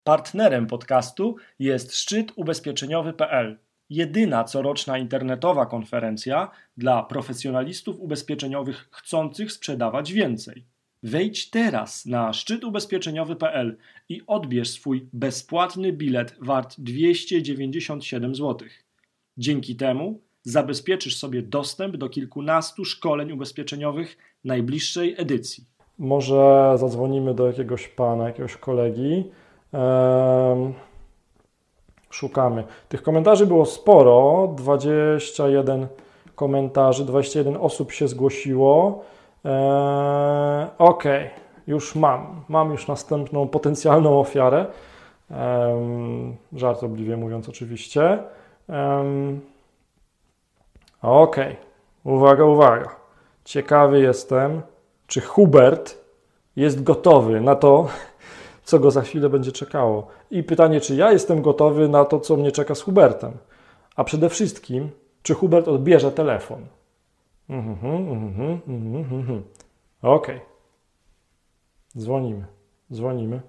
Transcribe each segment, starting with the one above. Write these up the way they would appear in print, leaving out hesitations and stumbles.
Partnerem podcastu jest szczytubezpieczeniowy.pl, jedyna coroczna internetowa konferencja dla profesjonalistów ubezpieczeniowych chcących sprzedawać więcej. Wejdź teraz na szczytubezpieczeniowy.pl i odbierz swój bezpłatny bilet wart 297 zł. Dzięki temu zabezpieczysz sobie dostęp do kilkunastu szkoleń ubezpieczeniowych najbliższej edycji. Może zadzwonimy do jakiegoś pana, jakiegoś kolegi. Szukamy. Tych komentarzy było sporo, 21 komentarzy, 21 osób się zgłosiło. Ok, już mam już następną potencjalną ofiarę, żartobliwie mówiąc oczywiście. Ok, uwaga, ciekawy jestem, czy Hubert jest gotowy na to, co go za chwilę będzie czekało. I pytanie, czy ja jestem gotowy na to, co mnie czeka z Hubertem. A przede wszystkim, czy Hubert odbierze telefon. Ok. Dzwonimy.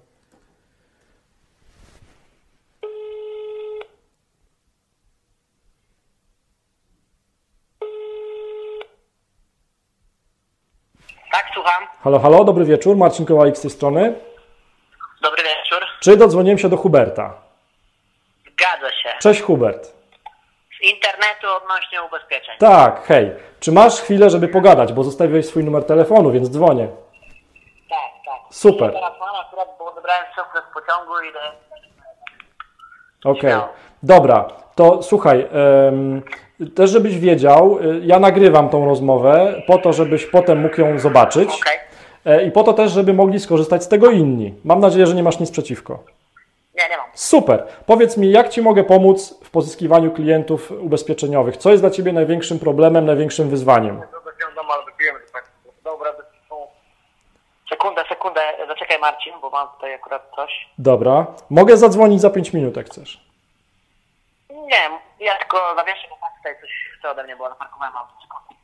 Tak, słucham. Halo, dobry wieczór. Marcin Kołalik z tej strony. Dobry wieczór. Czy dodzwoniłem się do Huberta? Zgadza się. Cześć Hubert. Z internetu odnośnie ubezpieczeń. Tak, hej. Czy masz chwilę, żeby pogadać, bo zostawiłeś swój numer telefonu, więc dzwonię. Tak. Super. Teraz mam akurat, bo odebrałem suflę z pociągu i idę. Okej. Dobra, to słuchaj, też żebyś wiedział, ja nagrywam tą rozmowę po to, żebyś potem mógł ją zobaczyć. Okej. I po to też, żeby mogli skorzystać z tego inni. Mam nadzieję, że nie masz nic przeciwko. Nie mam. Super. Powiedz mi, jak Ci mogę pomóc w pozyskiwaniu klientów ubezpieczeniowych? Co jest dla Ciebie największym problemem, największym wyzwaniem? Dobra, sekundę. Zaczekaj Marcin, bo mam tutaj akurat coś. Dobra. Mogę zadzwonić za 5 minut, jak chcesz. Nie, ja tylko zawieszę, bo tutaj coś chce ode mnie, bo naparkowałem auto.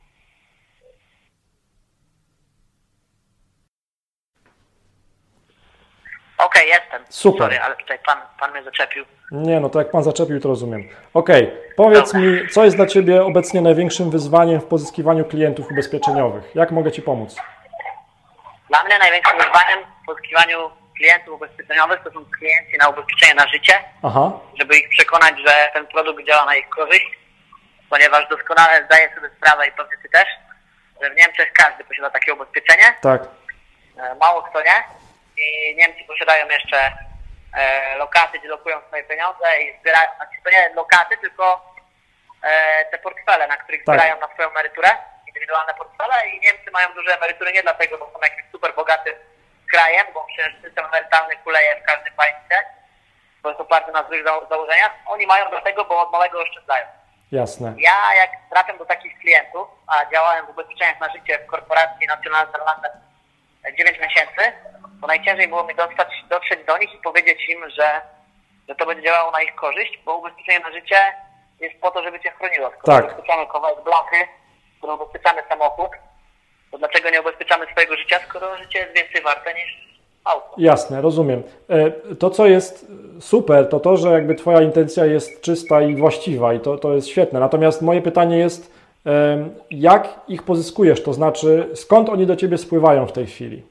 Okej, jestem. Super. Sorry, ale tutaj pan mnie zaczepił. Nie, no to jak Pan zaczepił, to rozumiem. Okej. Powiedz mi, co jest dla Ciebie obecnie największym wyzwaniem w pozyskiwaniu klientów ubezpieczeniowych? Jak mogę Ci pomóc? Dla mnie największym wyzwaniem w pozyskiwaniu klientów ubezpieczeniowych to są klienci na ubezpieczenie na życie, Aha. żeby ich przekonać, że ten produkt działa na ich korzyść, ponieważ doskonale zdaję sobie sprawę i pewnie Ty też, że w Niemczech każdy posiada takie ubezpieczenie, Tak. mało kto nie i Niemcy posiadają jeszcze lokaty, gdzie lokują swoje pieniądze i zbierają, znaczy to nie lokaty, tylko te portfele, na których zbierają na swoją emeryturę, indywidualne portfele i Niemcy mają duże emerytury nie dlatego, bo są jakimś super bogatym krajem, bo przecież system emerytalny kuleje w każdym państwie, bo jest oparty na złych założeniach. Oni mają dlatego, bo od małego oszczędzają. Jasne. Ja jak trafiam do takich klientów, a działałem w ubezpieczeniach na życie w korporacji Nationalne 9 miesięcy, to najciężej było mi dotrzeć do nich i powiedzieć im, że to będzie działało na ich korzyść, bo ubezpieczenie na życie jest po to, żeby Cię chroniło. Skoro ubezpieczamy kawałek blachy, skoro ubezpieczamy samochód, to dlaczego nie ubezpieczamy swojego życia, skoro życie jest więcej warte niż auto? Jasne, rozumiem. To, co jest super, to że jakby Twoja intencja jest czysta i właściwa i to jest świetne. Natomiast moje pytanie jest, jak ich pozyskujesz? To znaczy, skąd oni do Ciebie spływają w tej chwili?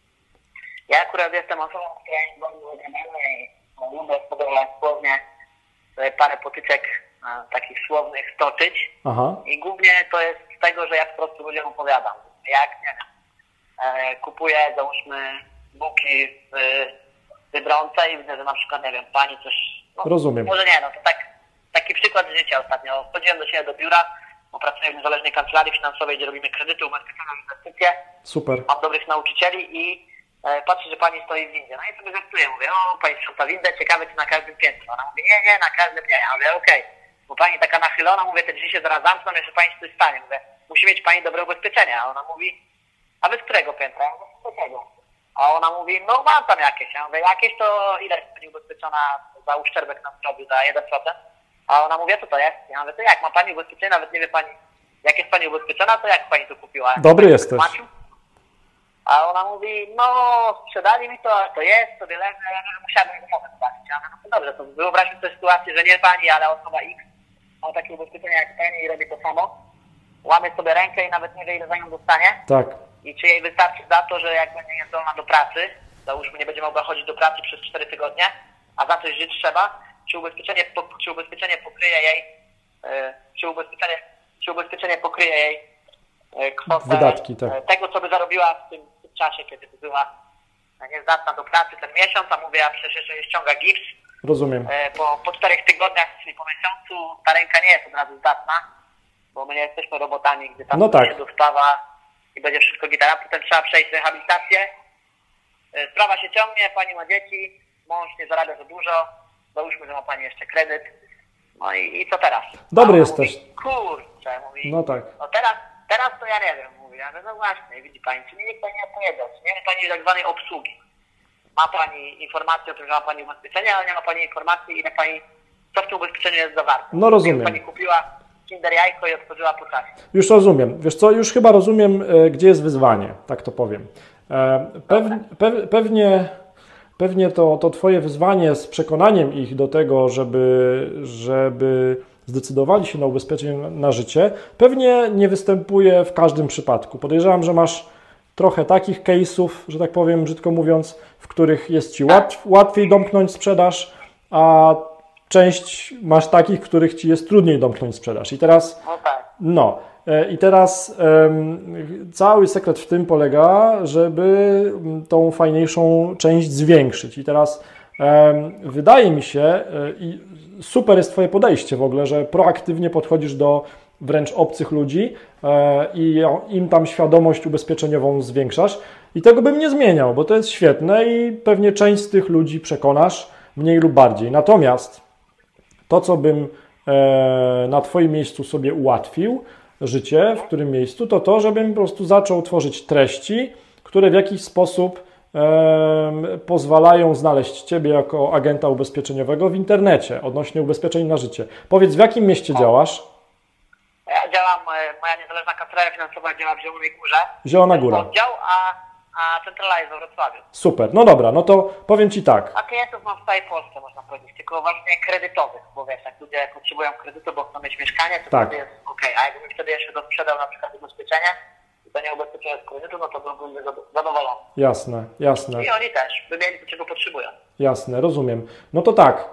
Ja akurat jestem osobą, która jest bardzo wygadana i lubię sobie słownie parę potyczek takich słownych stoczyć. Aha. I głównie to jest z tego, że ja po prostu ludziom opowiadam. Jak, nie wiem, kupuję, załóżmy, bułki w Biedronce i widzę, że na przykład, nie wiem, pani coś... No, rozumiem. Może nie, no to taki przykład z życia ostatnio. Wchodziłem do siebie do biura, bo pracuję w niezależnej kancelarii finansowej, gdzie robimy kredyty, ubezpieczone inwestycje. Super. Mam dobrych nauczycieli i patrzę, że pani stoi w windzie. No i sobie żartuję, mówię, o, pani sprząta windę, ciekawe czy na każdym piętrze. Ona mówi, nie, na każdym nie. Ja mówię, okej. Bo pani taka nachylona, mówię, te drzwi się zaraz zamkną, jeszcze pani się coś stanie. Mówię, musi mieć pani dobre ubezpieczenie. A ona mówi, a wy z którego piętra? Ja mówię, z którego? A ona mówi, no mam tam jakieś. Ja mówię, jakieś to ile jest pani ubezpieczona za uszczerbek na zdrowiu, za 1%? A ona mówi, co to jest? Ja mówię, to jak, ma pani ubezpieczenie, nawet nie wie pani, jak jest pani ubezpieczona, to jak pani to kupiła? Dobry jesteś. A ona mówi, no sprzedali mi to, ale to jest, sobie leży, musiałabym umowę zobaczyć. Ja mówię, no to dobrze, to wyobraźmy sobie sytuację, że nie pani, ale osoba X ma takie ubezpieczenie jak pani i robi to samo. Łamie sobie rękę i nawet nie wie, ile za nią dostanie. Tak. I czy jej wystarczy za to, że jak będzie niezdolna do pracy, załóżmy nie będzie mogła chodzić do pracy przez 4 tygodnie, a za coś żyć trzeba, czy ubezpieczenie pokryje jej, czy ubezpieczenie pokryje jej kwotę wydatki, tak. tego, co by zarobiła w tym czasie, kiedy by była niezdatna do pracy ten miesiąc, a mówię, a przecież jeżeli ściąga gips, Rozumiem. po 4 tygodniach, czyli po miesiącu, ta ręka nie jest od razu zdatna, bo my nie jesteśmy robotami, gdy tam się dostawa i będzie wszystko gitara, potem trzeba przejść rehabilitację. Sprawa się ciągnie, pani ma dzieci, mąż nie zarabia za dużo, załóżmy, że ma pani jeszcze kredyt, no i co teraz? Dobry jesteś. Mówi, kurczę, mówi, no tak. No teraz to ja nie wiem, mówi, ale no właśnie, widzi pani, czy nikt pani nie odpowiedział, czy nie ma pani tak zwanej obsługi. Ma pani informację o tym, że ma pani ubezpieczenie, ale nie ma pani informacji, ile pani, co w tym ubezpieczeniu jest zawarte. No rozumiem. Pani kupiła Kinder jajko i otworzyła po czasie. Już rozumiem. Wiesz co, już chyba rozumiem, gdzie jest wyzwanie, tak to powiem. Pewnie to Twoje wyzwanie z przekonaniem ich do tego, żeby zdecydowali się na ubezpieczenie na życie, pewnie nie występuje w każdym przypadku. Podejrzewam, że masz trochę takich case'ów, że tak powiem, brzydko mówiąc, w których jest Ci łatwiej domknąć sprzedaż, a część masz takich, w których Ci jest trudniej domknąć sprzedaż. I teraz cały sekret w tym polega, żeby tą fajniejszą część zwiększyć. I teraz wydaje mi się, i super jest Twoje podejście w ogóle, że proaktywnie podchodzisz do wręcz obcych ludzi i im tam świadomość ubezpieczeniową zwiększasz. I tego bym nie zmieniał, bo to jest świetne i pewnie część z tych ludzi przekonasz mniej lub bardziej. Natomiast to, co bym na Twoim miejscu sobie ułatwił życie, w którym miejscu, to żebym po prostu zaczął tworzyć treści, które w jakiś sposób pozwalają znaleźć Ciebie jako agenta ubezpieczeniowego w internecie odnośnie ubezpieczeń na życie. Powiedz, w jakim mieście działasz? Ja działam, moja niezależna kancelaria finansowa działa w Zielonej Górze. Zielona Góra. Oddział, a centrala jest we Wrocławiu. Super, no dobra, no to powiem Ci tak. A klientów mam w całej Polsce, można powiedzieć, tylko właśnie kredytowych, bo wiesz, jak ludzie potrzebują kredytu, bo chcą mieć mieszkanie, to wtedy jest okej. A jakbym wtedy jeszcze sprzedał na przykład ubezpieczenie, to nie ubezpieczenie z kredytu, no to byłbym zadowolony. Jasne. I oni też, by mieli to, czego potrzebują. Jasne, rozumiem. No to tak,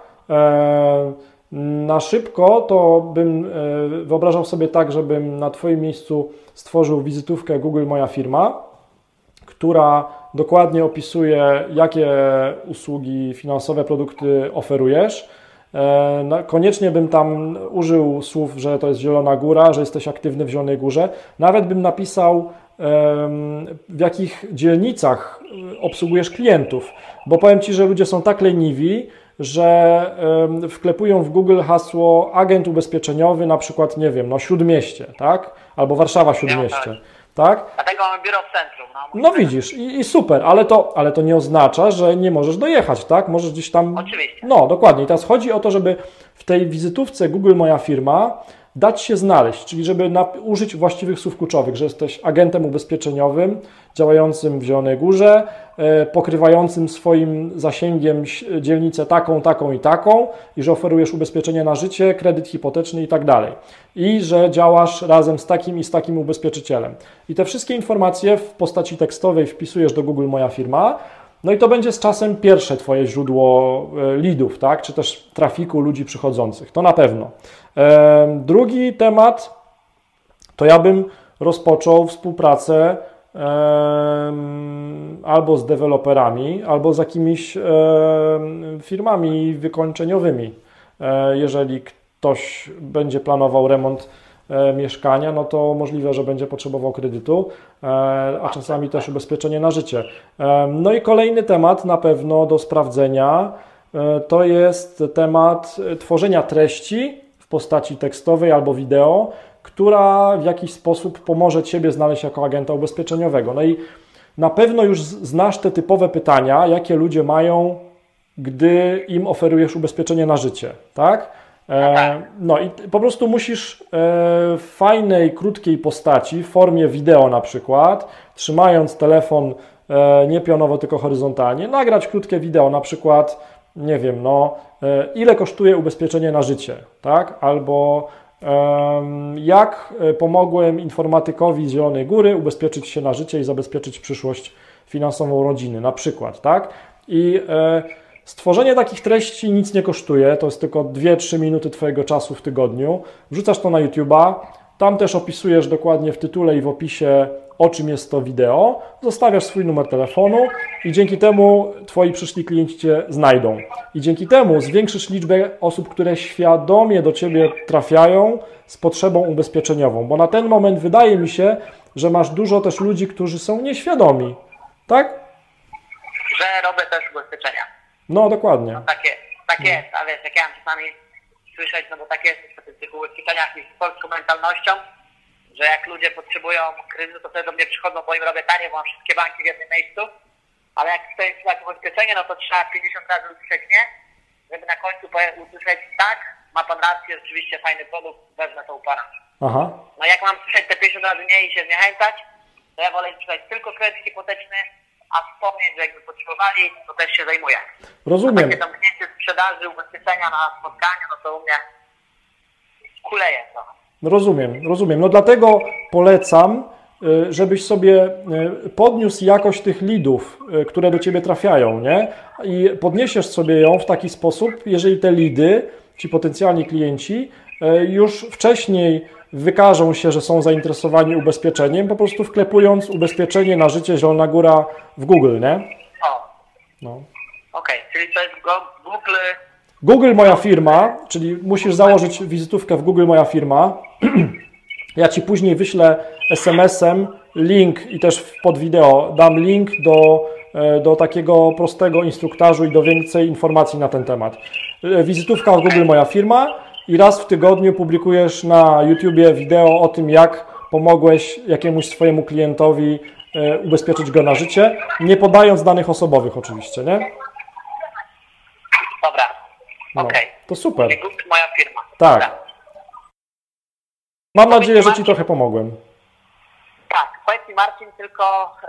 na szybko to bym wyobrażał sobie tak, żebym na Twoim miejscu stworzył wizytówkę Google Moja Firma, która dokładnie opisuje, jakie usługi finansowe, produkty oferujesz. Koniecznie bym tam użył słów, że to jest Zielona Góra, że jesteś aktywny w Zielonej Górze. Nawet bym napisał, w jakich dzielnicach obsługujesz klientów, bo powiem Ci, że ludzie są tak leniwi, że wklepują w Google hasło agent ubezpieczeniowy, na przykład, nie wiem, Śródmieście, tak? Albo Warszawa Śródmieście. Tak? Dlatego mamy biuro w centrum. No widzisz, i super, ale to nie oznacza, że nie możesz dojechać, tak? Możesz gdzieś tam... Oczywiście. No, dokładnie. I teraz chodzi o to, żeby w tej wizytówce Google Moja Firma dać się znaleźć, czyli żeby użyć właściwych słów kluczowych, że jesteś agentem ubezpieczeniowym działającym w Zielonej Górze, pokrywającym swoim zasięgiem dzielnicę taką, taką i taką i że oferujesz ubezpieczenie na życie, kredyt hipoteczny i tak dalej. I że działasz razem z takim i z takim ubezpieczycielem. I te wszystkie informacje w postaci tekstowej wpisujesz do Google Moja Firma, no i to będzie z czasem pierwsze Twoje źródło leadów, tak? Czy też trafiku ludzi przychodzących. To na pewno. Drugi temat to ja bym rozpoczął współpracę albo z deweloperami, albo z jakimiś firmami wykończeniowymi. Jeżeli ktoś będzie planował remont mieszkania, no to możliwe, że będzie potrzebował kredytu, a czasami też ubezpieczenie na życie. No i kolejny temat na pewno do sprawdzenia to jest temat tworzenia treści w postaci tekstowej albo wideo, która w jakiś sposób pomoże Ciebie znaleźć jako agenta ubezpieczeniowego. No i na pewno już znasz te typowe pytania, jakie ludzie mają, gdy im oferujesz ubezpieczenie na życie, tak? No i po prostu musisz w fajnej, krótkiej postaci, w formie wideo na przykład, trzymając telefon nie pionowo, tylko horyzontalnie, nagrać krótkie wideo, na przykład, nie wiem, ile kosztuje ubezpieczenie na życie, tak? Albo jak pomogłem informatykowi z Zielonej Góry ubezpieczyć się na życie i zabezpieczyć przyszłość finansową rodziny, na przykład, tak? I stworzenie takich treści nic nie kosztuje, to jest tylko 2-3 minuty Twojego czasu w tygodniu. Wrzucasz to na YouTube'a, tam też opisujesz dokładnie w tytule i w opisie, o czym jest to wideo, zostawiasz swój numer telefonu i dzięki temu Twoi przyszli klienci Cię znajdą. I dzięki temu zwiększysz liczbę osób, które świadomie do Ciebie trafiają z potrzebą ubezpieczeniową, bo na ten moment wydaje mi się, że masz dużo też ludzi, którzy są nieświadomi, tak? Że robię też ubezpieczenia. No, dokładnie. No, tak jest, a wiesz, jak ja mam czasami słyszeć, no bo tak jest w tych ubezpieczeniach i z polską mentalnością, że jak ludzie potrzebują kredytu, to wtedy do mnie przychodzą, bo im robię tanie, bo mam wszystkie banki w jednym miejscu, ale jak chcesz sprzedać ubezpieczenie, no to trzeba 50 razy usłyszeć nie, żeby na końcu usłyszeć tak, ma pan rację, rzeczywiście fajny produkt, wezmę to u pana. Aha. No jak mam słyszeć te 50 razy nie i się zniechęcać, to ja wolę sprzedać tylko kredyt hipoteczny, a wspomnieć, że jakby potrzebowali, to też się zajmuję. Rozumiem. Takie zamknięcie sprzedaży, ubezpieczenia na spotkaniu, no to u mnie kuleje to. Rozumiem. No dlatego polecam, żebyś sobie podniósł jakość tych leadów, które do Ciebie trafiają, nie? I podniesiesz sobie ją w taki sposób, jeżeli te leady, ci potencjalni klienci, już wcześniej wykażą się, że są zainteresowani ubezpieczeniem, po prostu wklepując ubezpieczenie na życie Zielona Góra w Google, nie? O. No. Okej, czyli to jest Google... Google Moja Firma, czyli musisz założyć wizytówkę w Google Moja Firma. Ja Ci później wyślę SMS-em link i też pod wideo dam link do takiego prostego instruktażu i do więcej informacji na ten temat. Wizytówka w Google Moja Firma i raz w tygodniu publikujesz na YouTubie wideo o tym, jak pomogłeś jakiemuś swojemu klientowi ubezpieczyć go na życie, nie podając danych osobowych oczywiście, nie? Dobra. No, okej. To super. Google Moja Firma. Tak. Dobra. Mam nadzieję, że Ci trochę pomogłem. Tak, powiedz mi Marcin, tylko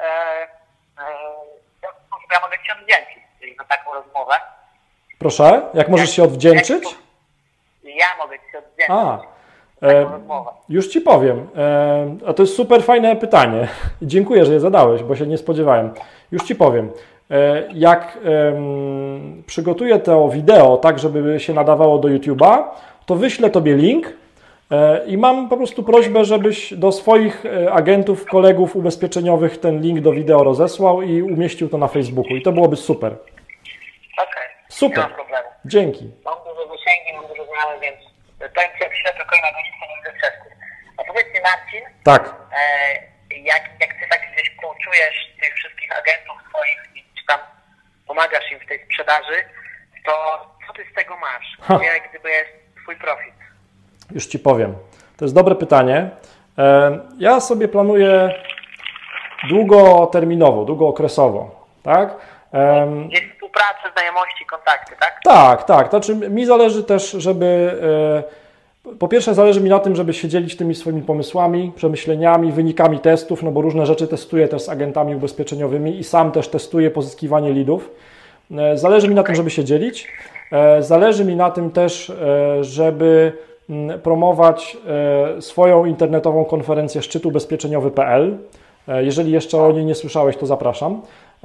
ja mogę Ci odwdzięczyć za taką rozmowę. Proszę, jak możesz się odwdzięczyć? Ja mogę Ci odwdzięczyć za taką rozmowę. Już Ci powiem. A to jest super fajne pytanie. Dziękuję, że je zadałeś, bo się nie spodziewałem. Już Ci powiem. Jak przygotuję to wideo tak, żeby się nadawało do YouTube'a, to wyślę Tobie link i mam po prostu prośbę, żebyś do swoich agentów, kolegów ubezpieczeniowych ten link do wideo rozesłał i umieścił to na Facebooku. I to byłoby super. Okej. Super. Nie ma problemu. Dzięki. Mam dużo zasięgi, mam dużo znajomych, więc powiem Ci, jak śledzę kolejna listę, nie widzę przeszkód. A powiedz mi Marcin, Tak. jak Ty tak gdzieś coachujesz tych wszystkich agentów swoich i czy tam pomagasz im w tej sprzedaży, to co Ty z tego masz? Jak gdyby jest Twój profit? Już Ci powiem. To jest dobre pytanie. Ja sobie planuję długoterminowo, długookresowo, tak? Jest współpraca, znajomości, kontakty, tak? Tak. Znaczy mi zależy też, żeby... Po pierwsze zależy mi na tym, żeby się dzielić tymi swoimi pomysłami, przemyśleniami, wynikami testów, no bo różne rzeczy testuję też z agentami ubezpieczeniowymi i sam też testuję pozyskiwanie leadów. Zależy mi na tym, żeby się dzielić. Zależy mi na tym też, żeby promować swoją internetową konferencję szczytubezpieczeniowy.pl. Jeżeli jeszcze o niej nie słyszałeś, to zapraszam.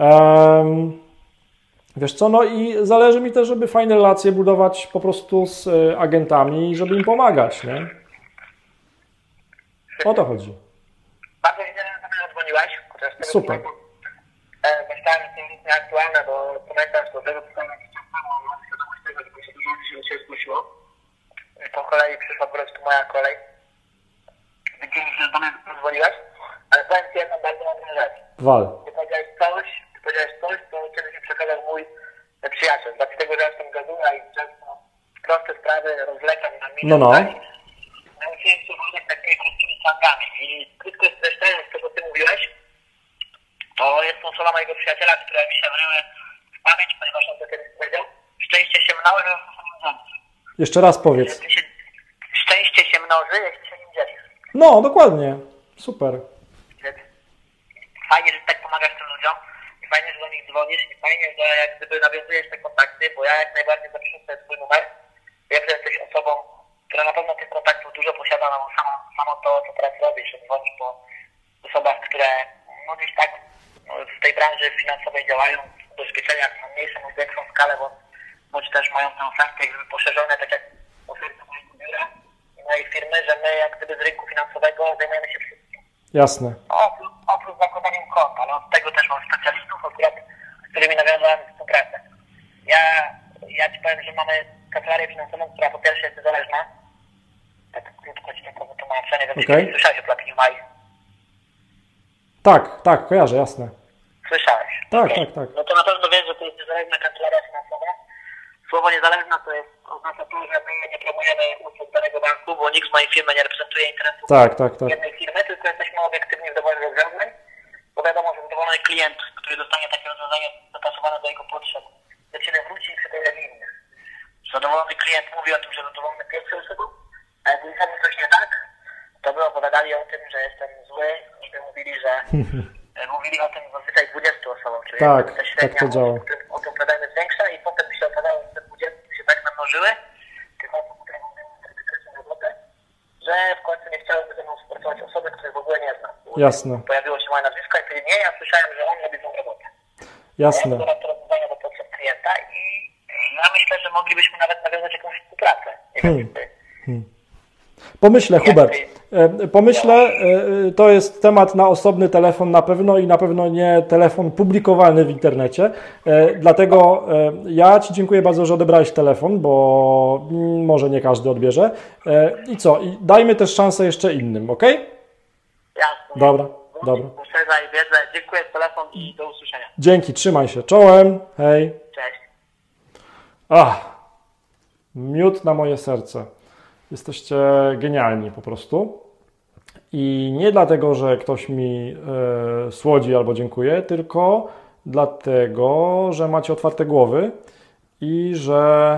Wiesz co, no i zależy mi też, żeby fajne relacje budować po prostu z agentami i żeby im pomagać, nie? O to chodzi. Bardzo widzę, że sobie zadzwoniłaś. Super. Myślałem, że to jest nieaktualne, bo pamiętasz, do tego pytania jakiś czas temu, mam świadomość tego, że się się zgłosiło. Po kolei przyszła po prostu moja kolej. Widzimy, że do mnie zadzwoniłaś, ale powiem Ci jedną bardzo ważną rzecz. Wal. Ty powiedziałeś coś, co kiedyś mi przekazał mój przyjaciel. Dlatego, że jestem gaduła i często proste sprawy rozlekam na milion. No. Nauczyłem się mówić takimi krótkimi slangami. I krótko streszczając to, co Ty mówiłeś, to jest to słowa mojego przyjaciela, które mi się wryły w pamięć, ponieważ on to kiedyś powiedział. Szczęście się mnoży, jeśli się nim dzielisz. Jeszcze raz powiedz. Szczęście się mnoży, jeśli się nim dzielisz. No, dokładnie. Super. Fajnie, że tak pomagasz tym ludziom. dzwonisz i fajnie, że jak gdyby nawiązujesz te kontakty, bo ja jak najbardziej zapiszę sobie twój numer. Wiem, że jesteś osobą, która na pewno tych kontaktów dużo posiada, no bo samo to, co teraz robisz, że dzwonisz po osobach, które no gdzieś tak w tej branży finansowej działają, w ubezpieczeniach na mniejszą lub większą skalę, bądź też mają tę ofertę jakby poszerzone, tak jak oferta mojego biura i mojej firmy, że my jak gdyby z rynku finansowego zajmujemy się wszystkim. Jasne. Oprócz zakładaniem kont, ale od tego też mam specjalistów, akurat, z którymi nawiązałem współpracę. Ja Ci powiem, że mamy kancelarię finansową, która po pierwsze jest niezależna. Tak krótko Ci tylko wytłumaczę, nie wiem, czy słyszałeś o Platinum Eye. Tak, kojarzę, jasne. Słyszałeś? Tak, okay. tak. No to na pewno wiesz, że to jest niezależna kancelaria finansowa. Słowo niezależna to jest, oznacza to, że my nie promujemy usług danego banku, bo nikt z mojej firmy nie reprezentuje interesów jednej firmy, tylko jesteśmy obiektywni w doborze rozwiązań, bo wiadomo, że zadowolony klient, który dostanie takie rozwiązanie dopasowane do jego potrzeb, do Ciebie wróci i przekazuje innych. Zadowolony klient mówi o tym, że zadowolony pierwszy osobą, a jak zrobi coś nie tak, to by opowiadali o tym, że jestem zły i by mówili, że mówili o tym zazwyczaj 20 osobom, czyli ta średnia tak to działa. o tym opowiadaniu jest większa i potem by się okazało, że te 20 się tak namnożyły, tych osób, które mówią o robotę, że w końcu nie chciałyby ze mną współpracować osoby, których w ogóle nie znam. Jasne. Pojawiło się moje nazwisko i powiedzieli, nie, ja słyszałem, że on robi tą robotę. Jasne. Ja to rozwiązania do potrzeb klienta i ja myślę, że moglibyśmy nawet nawiązać jakąś współpracę. Pomyślę, Hubert. To jest temat na osobny telefon na pewno i na pewno nie telefon publikowalny w internecie. Dlatego ja Ci dziękuję bardzo, że odebrałeś telefon, bo może nie każdy odbierze. I co? I dajmy też szansę jeszcze innym, ok? Jasne. Dobra. Uprzedzaj wiedzę. Dziękuję za telefon i do usłyszenia. Dzięki, trzymaj się. Czołem. Hej. Cześć. Miód na moje serce. Jesteście genialni po prostu. I nie dlatego, że ktoś mi słodzi albo dziękuję, tylko dlatego, że macie otwarte głowy i że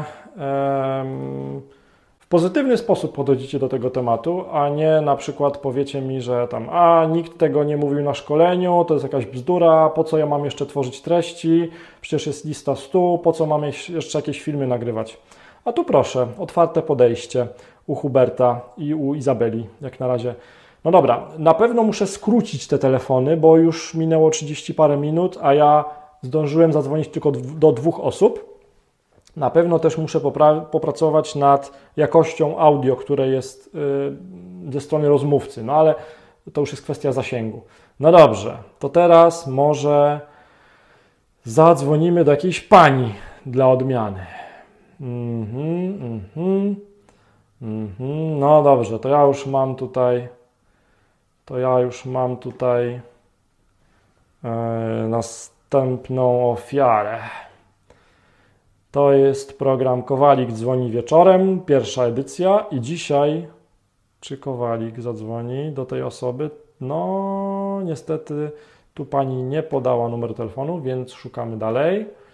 w pozytywny sposób podchodzicie do tego tematu, a nie na przykład powiecie mi, że tam nikt tego nie mówił na szkoleniu, to jest jakaś bzdura, po co ja mam jeszcze tworzyć treści, przecież jest lista 100, po co mam jeszcze jakieś filmy nagrywać. A tu proszę, otwarte podejście u Huberta i u Izabeli, jak na razie. No dobra, na pewno muszę skrócić te telefony, bo już minęło 30 parę minut, a ja zdążyłem zadzwonić tylko do 2 osób. Na pewno też muszę popracować nad jakością audio, które jest ze strony rozmówcy, no ale to już jest kwestia zasięgu. No dobrze, to teraz może zadzwonimy do jakiejś pani dla odmiany. No dobrze, to ja już mam tutaj następną ofiarę. To jest program Kowalik dzwoni wieczorem, pierwsza edycja i dzisiaj, czy Kowalik zadzwoni do tej osoby? No niestety tu pani nie podała numeru telefonu, więc szukamy dalej.